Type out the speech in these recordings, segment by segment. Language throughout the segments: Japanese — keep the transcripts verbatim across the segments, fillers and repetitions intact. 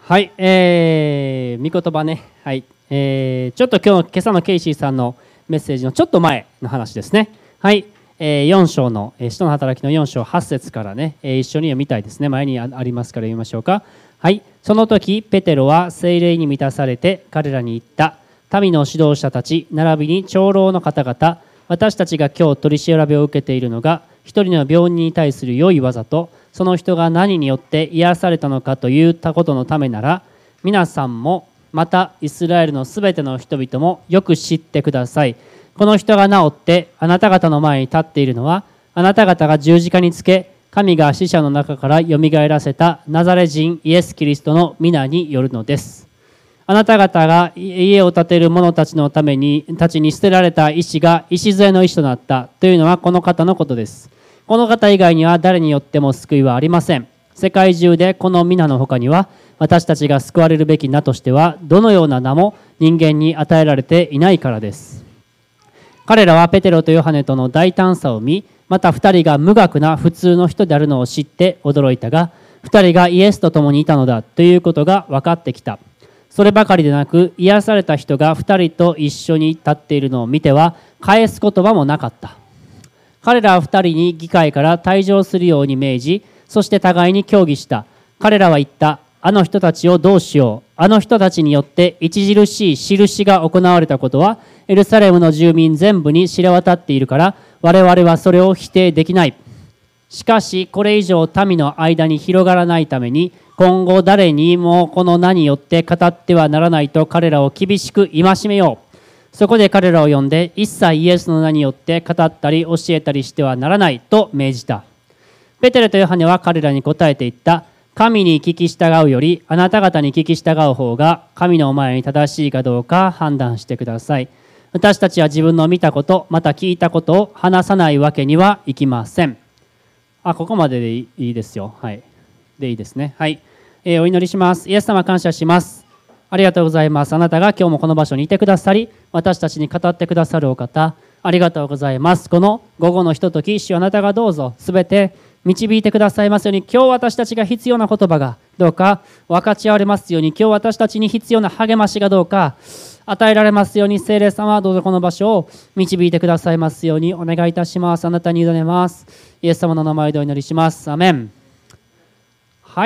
はい、えー、御言葉ね、はい、えー、ちょっと今日今朝のケイシーさんのメッセージのちょっと前の話ですね。はい、えー、よん章の、えー、使徒の働きのよん章はち節からね、えー、一緒に読みたいですね。前にありますから読みましょうか。はい、その時ペテロは聖霊に満たされて彼らに言った。民の指導者たち並びに長老の方々、私たちが今日取り調べを受けているのが一人の病人に対する良い技と、その人が何によって癒されたのかといったことのためなら、皆さんもまたイスラエルのすべての人々もよく知ってください。この人が治ってあなた方の前に立っているのは、あなた方が十字架につけ神が死者の中からよみがえらせたナザレ人イエス・キリストの皆によるのです。あなた方が家を建てる者たちのためにたちに捨てられた石が礎の石となったというのはこの方のことです。この方以外には誰によっても救いはありません。世界中でこの皆の他には私たちが救われるべき名としてはどのような名も人間に与えられていないからです。彼らはペテロとヨハネとの大胆さを見、また二人が無学な普通の人であるのを知って驚いたが、二人がイエスと共にいたのだということが分かってきた。そればかりでなく、癒された人が二人と一緒に立っているのを見ては返す言葉もなかった。彼らは二人に議会から退場するように命じ、そして互いに協議した。彼らは言った。あの人たちをどうしよう。あの人たちによって著しい印が行われたことはエルサレムの住民全部に知れ渡っているから、我々はそれを否定できない。しかしこれ以上民の間に広がらないために、今後誰にもこの名によって語ってはならないと彼らを厳しく戒めよう。そこで彼らを呼んで、一切イエスの名によって語ったり教えたりしてはならないと命じた。ペテロとヨハネは彼らに答えて言った。神に聞き従うよりあなた方に聞き従う方が神の前に正しいかどうか判断してください。私たちは自分の見たこと、また聞いたことを話さないわけにはいきません。あ、ここまででいいですよ。はい。でいいですね。はい。えー、お祈りします。イエス様感謝します。ありがとうございます。あなたが今日もこの場所にいてくださり、私たちに語ってくださるお方、ありがとうございます。この午後のひととき、主あなたがどうぞすべて導いてくださいますように、今日私たちが必要な言葉がどうか分かち合われますように、今日私たちに必要な励ましがどうか与えられますように、聖霊様どうぞこの場所を導いてくださいますようにお願いいたします。あなたに委ねます。イエス様の名前でお祈りします。アメン。はい、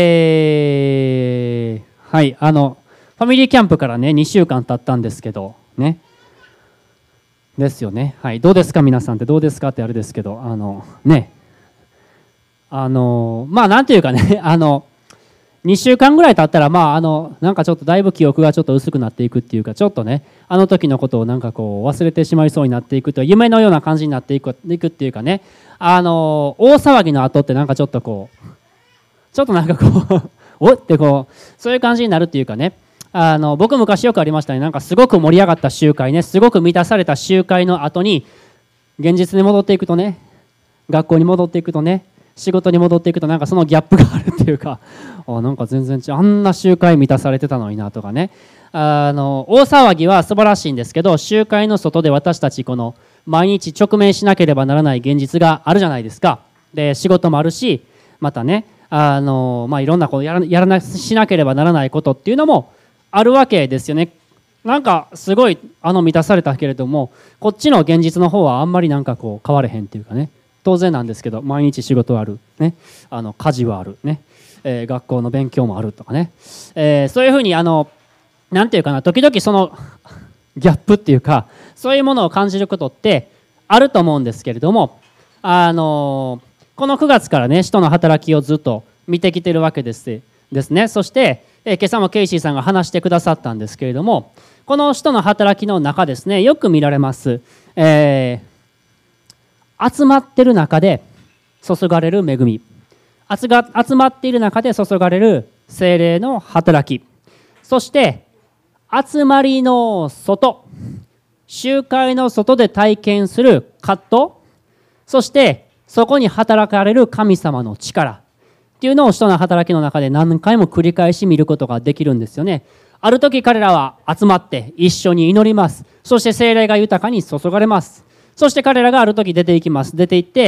えー、はい、あのファミリーキャンプからねにしゅうかん経ったんですけどね、ですよね。はい、どうですか皆さんってどうですかってあれですけど、あのね、あのまあなんていうかね、あのにしゅうかんぐらい経ったら、まああのなんかちょっとだいぶ記憶がちょっと薄くなっていくっていうか、ちょっとねあの時のことをなんかこう忘れてしまいそうになっていくという夢のような感じになっていくいくっていうかね、あの大騒ぎの後ってなんかちょっとこうちょっとなんかこうおってこうそういう感じになるっていうかね、あの僕昔よくありましたね。なんかすごく盛り上がった集会ね、すごく満たされた集会の後に現実に戻っていくとね、学校に戻っていくとね、仕事に戻っていくとなんかそのギャップがあるっていうか、あなんか全然違う、あんな集会満たされてたのになとかね、あの大騒ぎは素晴らしいんですけど、集会の外で私たちこの毎日直面しなければならない現実があるじゃないですか。で仕事もあるし、またねあの、まあ、いろんなことやらやらなしなければならないことっていうのもあるわけですよね。なんかすごいあの満たされたけれども、こっちの現実の方はあんまりなんかこう変われへんっていうかね、当然なんですけど、毎日仕事はある、ね、あの家事はある、ねえー、学校の勉強もあるとかね、えー、そういうふうにあのなんていうかな、時々そのギャップっていうかそういうものを感じることってあると思うんですけれども、あのこのくがつからね使徒の働きをずっと見てきてるわけですですね。そして、えー、今朝もケイシーさんが話してくださったんですけれども、この使徒の働きの中ですね、よく見られます、えー、集まってる中で注がれる恵み、集が集まっている中で注がれる聖霊の働き、そして集まりの外、集会の外で体験する葛藤、そしてそこに働かれる神様の力っていうのを使徒の働きの中で何回も繰り返し見ることができるんですよね。ある時彼らは集まって一緒に祈ります。そして聖霊が豊かに注がれます。そして彼らがある時出ていきます。出て行って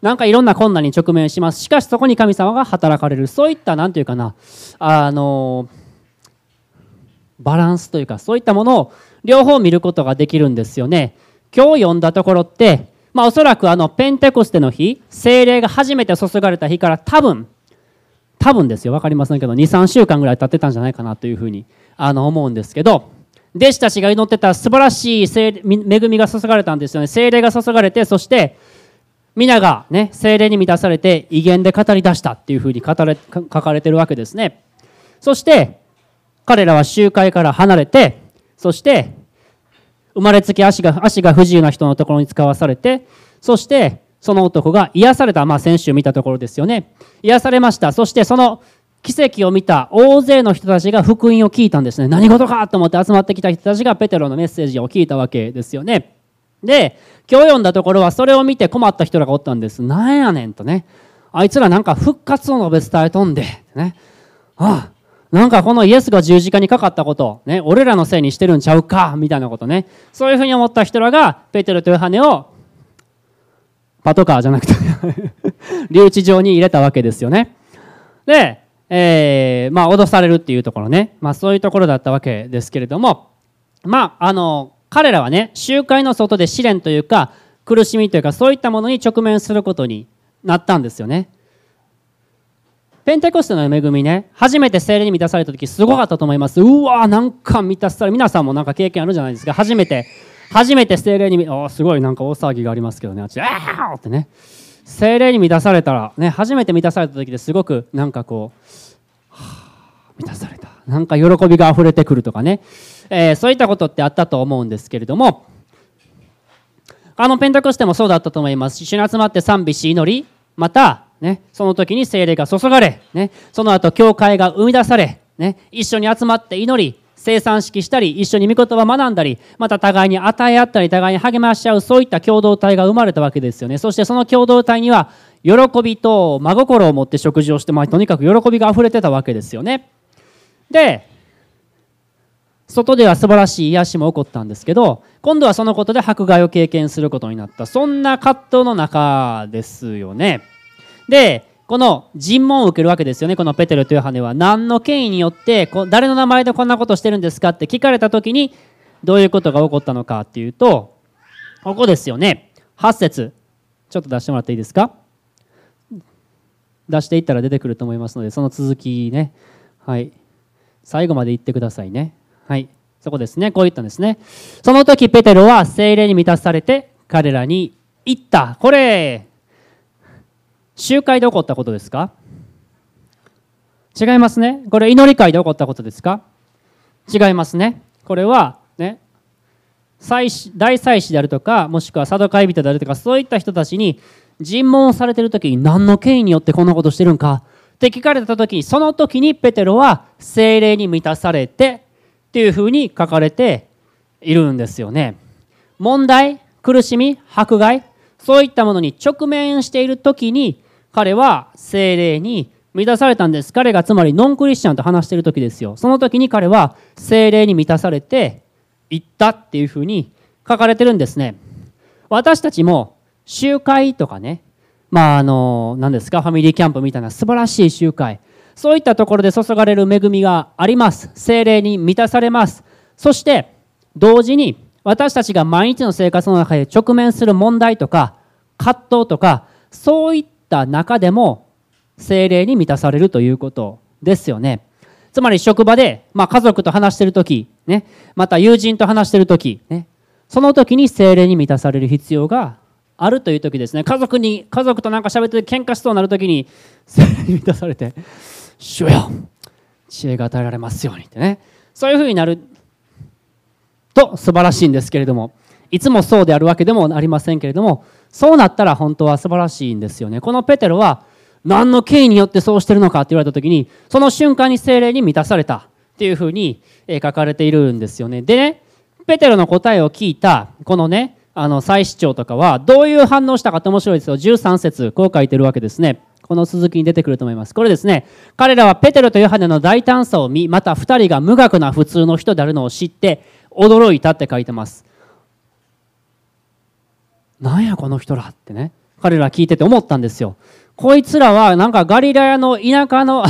なんかいろんな困難に直面します。しかしそこに神様が働かれる、そういったなんていうかな、あのバランスというか、そういったものを両方見ることができるんですよね。今日読んだところって、まあ、おそらくあのペンテコステの日、聖霊が初めて注がれた日から多分多分ですよ、分かりませんけどにさんしゅうかんぐらい経ってたんじゃないかなというふうにあの思うんですけど、弟子たちが祈ってた素晴らしい聖恵みが注がれたんですよね。聖霊が注がれて、そして皆がね聖霊に満たされて異言で語り出したっていうふうに語れ書かれてるわけですね。そして彼らは集会から離れて、そして生まれつき足が足が不自由な人のところに使わされて、そしてその男が癒された、まあ、先週見たところですよね。癒されました。そしてその奇跡を見た大勢の人たちが福音を聞いたんですね。何事かと思って集まってきた人たちがペテロのメッセージを聞いたわけですよね。で、今日読んだところはそれを見て困った人らがおったんです。なんやねんとね。あいつらなんか復活を述べ伝えとんで、ね。ああ、なんかこのイエスが十字架にかかったこと、ね、俺らのせいにしてるんちゃうかみたいなことね。そういうふうに思った人らがペテロとヨハネをパトカーじゃなくて留置場に入れたわけですよね。で、えー、まあ脅されるっていうところね、まあ、そういうところだったわけですけれども、まああの彼らはね集会の外で試練というか苦しみというかそういったものに直面することになったんですよね。ペンテコステの恵みね、初めて聖霊に満たされた時すごかったと思います。うわーなんか満たされ、皆さんもなんか経験あるじゃないですか。初めて初めて聖霊に、おすごいなんか大騒ぎがありますけどね、あっちあーってね、聖霊に満たされたらね、初めて満たされた時ですごくなんかこう、はあ、満たされた、なんか喜びがあふれてくるとかね、えー、そういったことってあったと思うんですけれども、あのペンテコステもそうだったと思います。一緒に集まって賛美し祈り、またね、その時に聖霊が注がれ、ね、その後教会が生み出され、ね、一緒に集まって祈り生産式したり、一緒に御言葉学んだり、また互いに与え合ったり、互いに励まし合う、そういった共同体が生まれたわけですよね。そしてその共同体には喜びと真心を持って食事をして、まあ、とにかく喜びがあふれてたわけですよね。で、外では素晴らしい癒しも起こったんですけど、今度はそのことで迫害を経験することになった、そんな葛藤の中ですよね。で、この尋問を受けるわけですよね。このペテロとヨハネは何の権威によって誰の名前でこんなことしてるんですかって聞かれた時にどういうことが起こったのかっていうと、ここですよね。はち節ちょっと出してもらっていいですか。出していったら出てくると思いますので、その続きね、はい、最後まで言ってくださいね。はい、そこですね。こう言ったんですね。その時ペテロは聖霊に満たされて彼らに言った。これ集会で起こったことですか？違いますね。これ祈り会で起こったことですか？違いますね。これはね、祭司、大祭司であるとか、もしくはサドカイ人であるとか、そういった人たちに尋問されている時に何の権威によってこんなことしてるんかって聞かれた時に、その時にペテロは聖霊に満たされてっていうふうに書かれているんですよね。問題、苦しみ、迫害、そういったものに直面している時に彼は聖霊に満たされたんです。彼がつまりノンクリスチャンと話している時ですよ。その時に彼は聖霊に満たされていったっていうふうに書かれてるんですね。私たちも集会とかね、まああの何ですか、ファミリーキャンプみたいな素晴らしい集会、そういったところで注がれる恵みがあります。聖霊に満たされます。そして同時に私たちが毎日の生活の中で直面する問題とか葛藤とか、そういった中でも聖霊に満たされるということですよね。つまり職場で、まあ、家族と話しているとき、ね、また友人と話しているとき、ね、その時に聖霊に満たされる必要があるという時ですね。家族に家族となんか喋って喧嘩しそうになる時に聖霊に満たされて、主よ、知恵が与えられますようにってね、そういうふうになると素晴らしいんですけれども、いつもそうであるわけでもありませんけれども、そうなったら本当は素晴らしいんですよね。このペテロは何の権威によってそうしてるのかって言われた時に、その瞬間に聖霊に満たされたっていうふうに書かれているんですよね。でね、ペテロの答えを聞いたこのね、あの祭司長とかはどういう反応したかって面白いですよ。じゅうさん節こう書いてるわけですね。この続きに出てくると思います。これですね、彼らはペテロとヨハネの大胆さを見、またふたりが無学な普通の人であるのを知って驚いたって書いてます。なんやこの人らってね、 彼ら聞いてて思ったんですよ。こいつらはなんかガリラヤの田舎の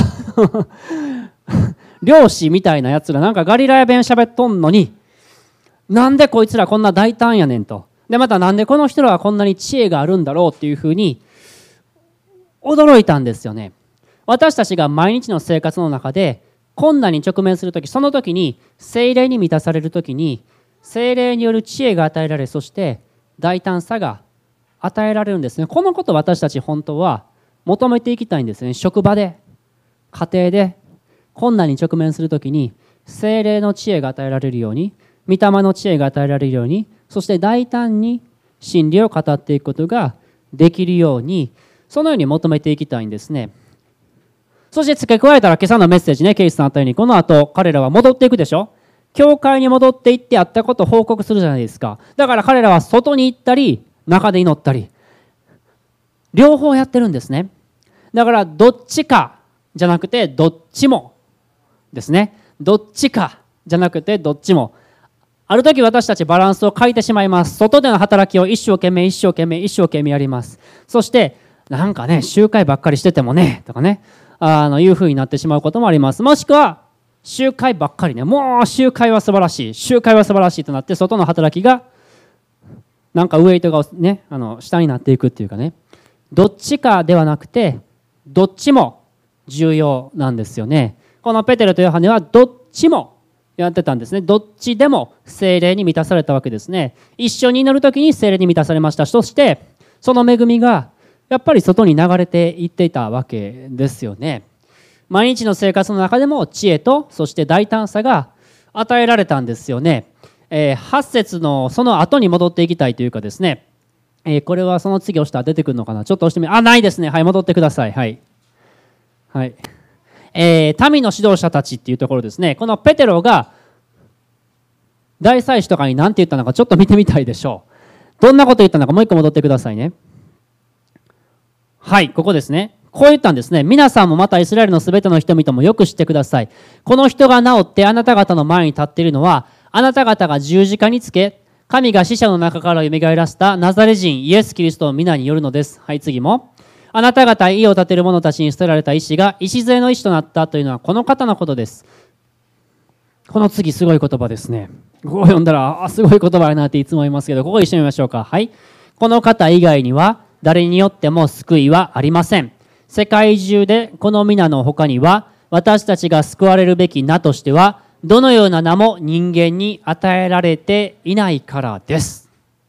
漁師みたいなやつら、なんかガリラヤ弁喋っとんのに、なんでこいつらこんな大胆やねんと。でまたなんでこの人らはこんなに知恵があるんだろうっていうふうに驚いたんですよね。私たちが毎日の生活の中で困難に直面するとき、その時に聖霊に満たされるときに、聖霊による知恵が与えられ、そして大胆さが与えられるんですね。このことを私たち本当は求めていきたいんですね。職場で、家庭で困難に直面するときに聖霊の知恵が与えられるように、御霊の知恵が与えられるように、そして大胆に真理を語っていくことができるように、そのように求めていきたいんですね。そして付け加えたら今朝のメッセージね、ケイスさんあったように、この後彼らは戻っていくでしょ。教会に戻っていってあったことを報告するじゃないですか。だから彼らは外に行ったり中で祈ったり両方やってるんですね。だからどっちかじゃなくてどっちもですね。どっちかじゃなくてどっちも。ある時私たちバランスを欠いてしまいます。外での働きを一生懸命一生懸命一生懸命やります。そしてなんかね、集会ばっかりしててもねとかね、あのいうふうになってしまうこともあります。もしくは集会ばっかりね、もう集会は素晴らしい、集会は素晴らしいとなって、外の働きがなんかウエイトがね、あの下になっていくっていうかね、どっちかではなくてどっちも重要なんですよね。このペテロとヨハネはどっちもやってたんですね。どっちでも聖霊に満たされたわけですね。一緒に祈るときに聖霊に満たされました。そしてその恵みがやっぱり外に流れていっていたわけですよね。毎日の生活の中でも知恵とそして大胆さが与えられたんですよね。えー、はち節のその後に戻っていきたいというかですね、えー、これはその次押したら出てくるのかな。ちょっと押してみあないですね。はい、戻ってください。はい、はいえー、民の指導者たちっていうところですね。このペテロが大祭司とかに何て言ったのかちょっと見てみたいでしょう。どんなこと言ったのかもう一個戻ってくださいね。はい、ここですね。こう言ったんですね。皆さんもまたイスラエルのすべての人々もよく知ってください。この人が治ってあなた方の前に立っているのは、あなた方が十字架につけ、神が死者の中から蘇らせたナザレ人イエス・キリストの皆によるのです。はい、次も。あなた方家を建てる者たちに捨てられた石が礎の石となったというのはこの方のことです。この次すごい言葉ですね。ここを読んだらあすごい言葉だなっていつも言いますけど、ここ一緒に見ましょうか。はい。この方以外には誰によっても救いはありません。世界中でこの皆の他には私たちが救われるべき名としてはどのような名も人間に与えられていないからです。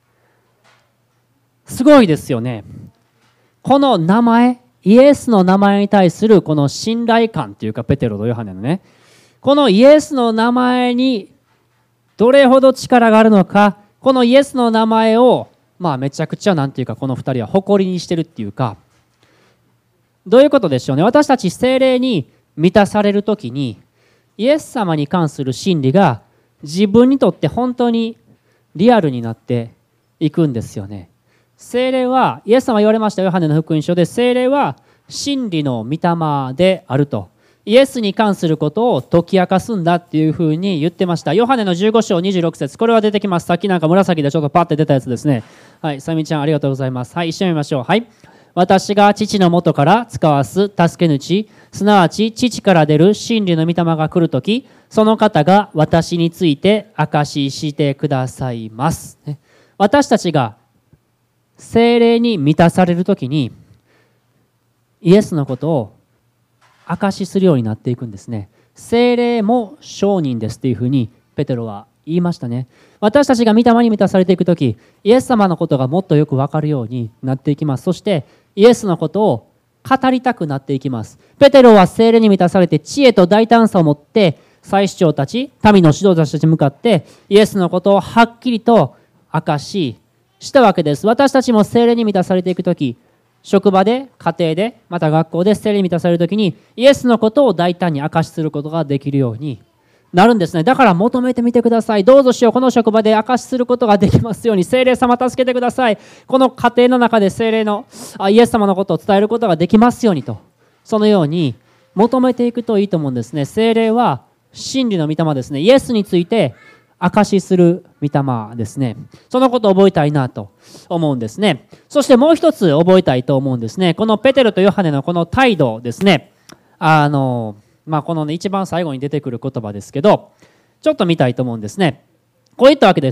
すごいですよね。この名前、イエスの名前に対するこの信頼感というか、ペテロとヨハネのね、このイエスの名前にどれほど力があるのか、このイエスの名前をまあめちゃくちゃなんていうか、このふたりは誇りにしてるっていうか、どういうことでしょうね。私たち聖霊に満たされるときにイエス様に関する真理が自分にとって本当にリアルになっていくんですよね。聖霊は、イエス様言われました。ヨハネの福音書で、聖霊は真理の御霊であると、イエスに関することを解き明かすんだっていうふうに言ってました。ヨハネのじゅうご章にじゅうろく節、これは出てきます。さっきなんか紫でちょっとパッて出たやつですね。はい、サミちゃんありがとうございます。はい、一緒に見ましょう。はい。私が父の元から使わす助け主、すなわち父から出る真理の御霊が来るとき、その方が私について証ししてくださいます。私たちが聖霊に満たされるときにイエスのことを証しするようになっていくんですね。聖霊も証人ですというふうにペテロは言いましたね。私たちが御霊に満たされていくとき、イエス様のことがもっとよく分かるようになっていきます。そしてイエスのことを語りたくなっていきます。ペテロは聖霊に満たされて知恵と大胆さを持って祭司長たち、民の指導者たちに向かってイエスのことをはっきりと証ししたわけです。私たちも聖霊に満たされていくとき、職場で、家庭で、また学校で聖霊に満たされるときにイエスのことを大胆に証しすることができるようになるんですね。だから求めてみてください。どうぞしよう、この職場で証しすることができますように、聖霊様助けてください。この家庭の中で聖霊のあイエス様のことを伝えることができますようにと、そのように求めていくといいと思うんですね。聖霊は真理の御霊ですね。イエスについて証しする御霊ですね。そのことを覚えたいなと思うんですね。そしてもう一つ覚えたいと思うんですね。このペテロとヨハネのこの態度ですね。あの、まあ、このね、一番最後に出てくる言葉ですけど、ちょっと見たいと思うんですね。こう言ったわけです。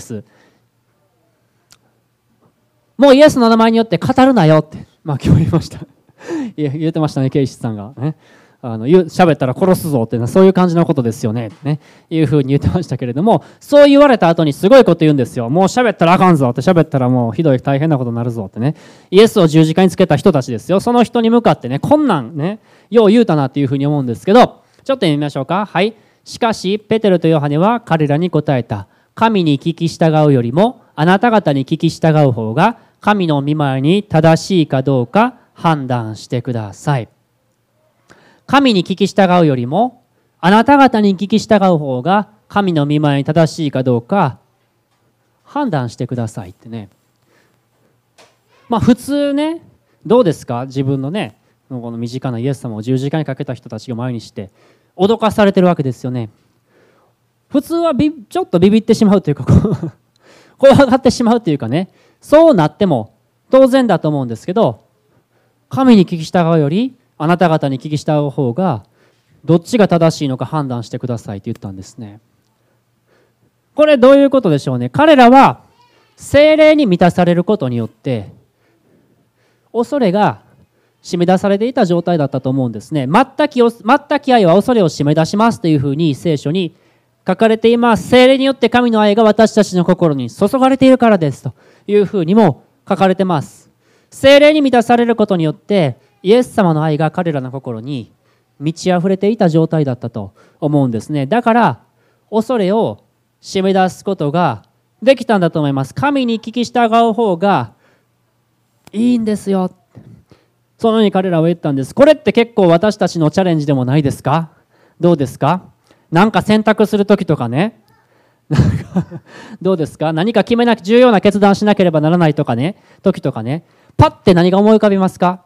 もうイエスの名前によって語るなよって、まあ、今日言いました。いや言ってましたね、ケイシさんがね。あの喋ったら殺すぞっていうのはそういう感じのことですよねってねいうふうに言ってましたけれども、そう言われた後にすごいこと言うんですよ。もう喋ったらあかんぞって、喋ったらもうひどい大変なことになるぞってね。イエスを十字架につけた人たちですよ。その人に向かってね、こんなんねよう言うたなっていうふうに思うんですけど、ちょっと読みましょうか。はい。しかしペテロとヨハネは彼らに答えた。神に聞き従うよりもあなた方に聞き従う方が神の御前に正しいかどうか判断してください。神に聞き従うよりもあなた方に聞き従う方が神の御前に正しいかどうか判断してくださいってね。まあ普通ね、どうですか、自分のねこの身近なイエス様を十字架にかけた人たちが前にして脅かされてるわけですよね。普通はビちょっとビビってしまうというか怖がってしまうというかね、そうなっても当然だと思うんですけど、神に聞き従うよりあなた方に聞き従う方がどっちが正しいのか判断してくださいと言ったんですね。これどういうことでしょうね。彼らは聖霊に満たされることによって恐れが締め出されていた状態だったと思うんですね。全き、全き愛は恐れを締め出しますというふうに聖書に書かれています。聖霊によって神の愛が私たちの心に注がれているからですというふうにも書かれてます。聖霊に満たされることによってイエス様の愛が彼らの心に満ち溢れていた状態だったと思うんですね。だから恐れを締め出すことができたんだと思います。神に聞き従う方がいいんですよ。そのように彼らは言ったんです。これって結構私たちのチャレンジでもないですか？どうですか？なんか選択するときとかね、どうですか？何か決めなきゃ重要な決断しなければならないとかね、時とかね、パッて何が思い浮かびますか？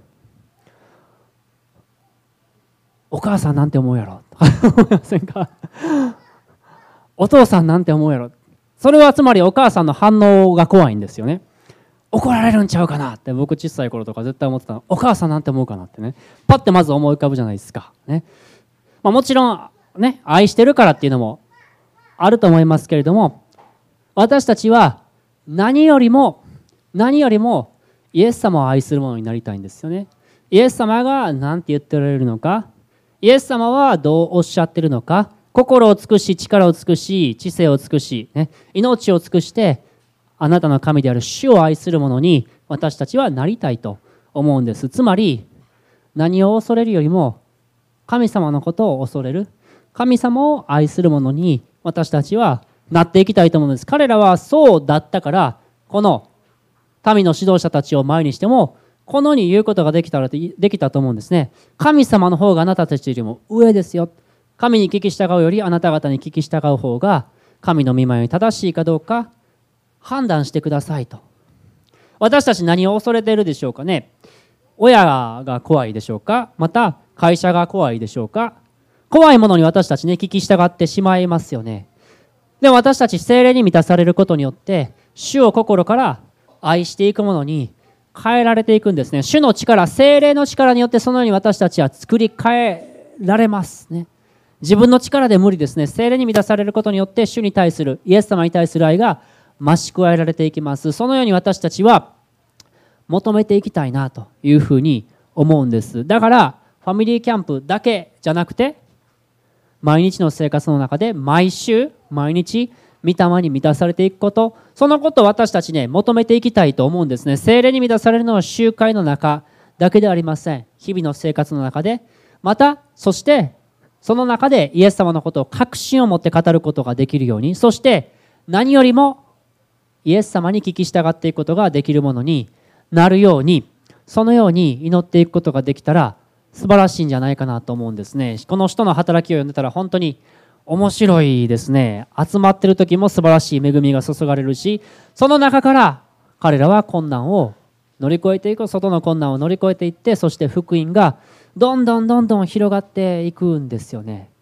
お母さんなんて思うやろ思いませんか？お父さんなんて思うやろ。それはつまりお母さんの反応が怖いんですよね。怒られるんちゃうかなって僕小さい頃とか絶対思ってたの。お母さんなんて思うかなってね、パッてまず思い浮かぶじゃないですかね。まあ、もちろんね、愛してるからっていうのもあると思いますけれども、私たちは何よりも何よりもイエス様を愛するものになりたいんですよね。イエス様が何て言っておられるのか、イエス様はどうおっしゃってるのか、心を尽くし力を尽くし知性を尽くし、ね、命を尽くしてあなたの神である主を愛するものに私たちはなりたいと思うんです。つまり何を恐れるよりも神様のことを恐れる、神様を愛するものに私たちはなっていきたいと思うんです。彼らはそうだったから、この民の指導者たちを前にしてもこのように言うことができたらできたと思うんですね。神様の方があなたたちよりも上ですよ。神に聞き従うよりあなた方に聞き従う方が神の御前に正しいかどうか判断してくださいと。私たち何を恐れているでしょうかね。親が怖いでしょうか、また会社が怖いでしょうか。怖いものに私たちね聞き従ってしまいますよね。でも私たち聖霊に満たされることによって主を心から愛していくものに変えられていくんですね。主の力、聖霊の力によってそのように私たちは作り変えられますね。自分の力で無理ですね。聖霊に満たされることによって主に対する、イエス様に対する愛が増し加えられていきます。そのように私たちは求めていきたいなというふうに思うんです。だからファミリーキャンプだけじゃなくて毎日の生活の中で毎週毎日御霊に満たされていくこと、そのことを私たちね求めていきたいと思うんですね。聖霊に満たされるのは集会の中だけではありません。日々の生活の中で、またそしてその中でイエス様のことを確信を持って語ることができるように、そして何よりもイエス様に聞き従っていくことができるものになるように、そのように祈っていくことができたら素晴らしいんじゃないかなと思うんですね。この使徒の働きを読んでたら本当に面白いですね。集まってる時も素晴らしい恵みが注がれるし、その中から彼らは困難を乗り越えていく、外の困難を乗り越えていって、そして福音がどんどんどんどん広がっていくんですよね。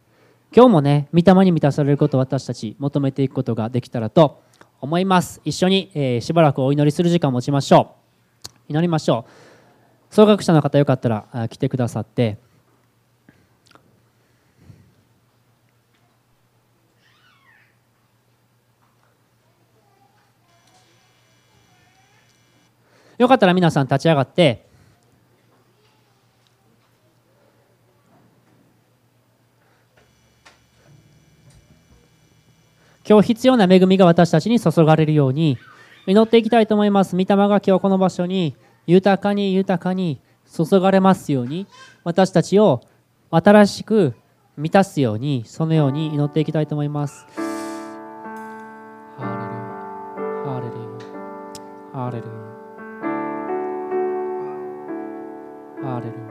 今日もね、御霊に満たされることを私たち求めていくことができたらと思います。一緒に、えー、しばらくお祈りする時間を持ちましょう。祈りましょう。創学者の方よかったら来てくださって、よかったら皆さん立ち上がって、今日必要な恵みが私たちに注がれるように祈っていきたいと思います。御霊が今日この場所に豊かに豊かに注がれますように、私たちを新しく満たすように、そのように祈っていきたいと思います。ハレルヤ、ハレルヤ、ハレルヤ、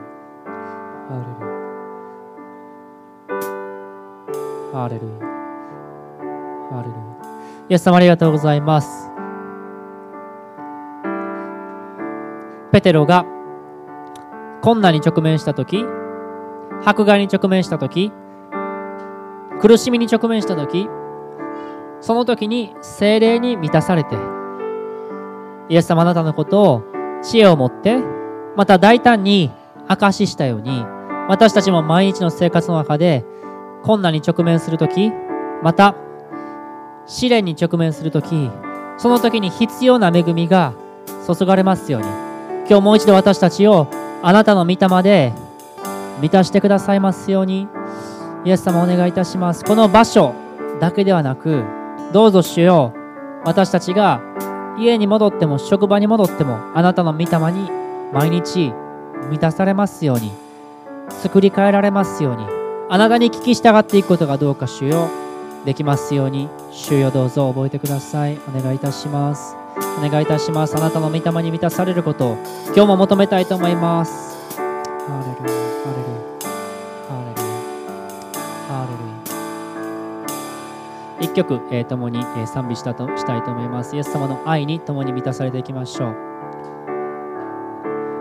ハレルヤ、ハレルヤ、ハレルヤ、ハレルヤ。イエス様ありがとうございます。ペテロが困難に直面したとき、迫害に直面したとき、苦しみに直面したとき、その時に聖霊に満たされて、イエス様あなたのことを知恵を持って、また大胆に証ししたように、私たちも毎日の生活の中で困難に直面するとき、また試練に直面するとき、その時に必要な恵みが注がれますように、今日もう一度私たちをあなたの御霊で満たしてくださいますように、イエス様お願いいたします。この場所だけではなく、どうぞ主よ、私たちが家に戻っても職場に戻ってもあなたの御霊に毎日満たされますように、作り変えられますように、あなたに聞き従っていくことがどうか主よできますように、主よどうぞ覚えてください。お願いいたします。お願いいたします。あなたの御霊に満たされることを今日も求めたいと思います。ハレルヤ、ハレルヤ、ハレルヤ、ハレルヤ。一曲、えー、共に、えー、賛美したとしたいと思います。イエス様の愛に共に満たされていきましょう。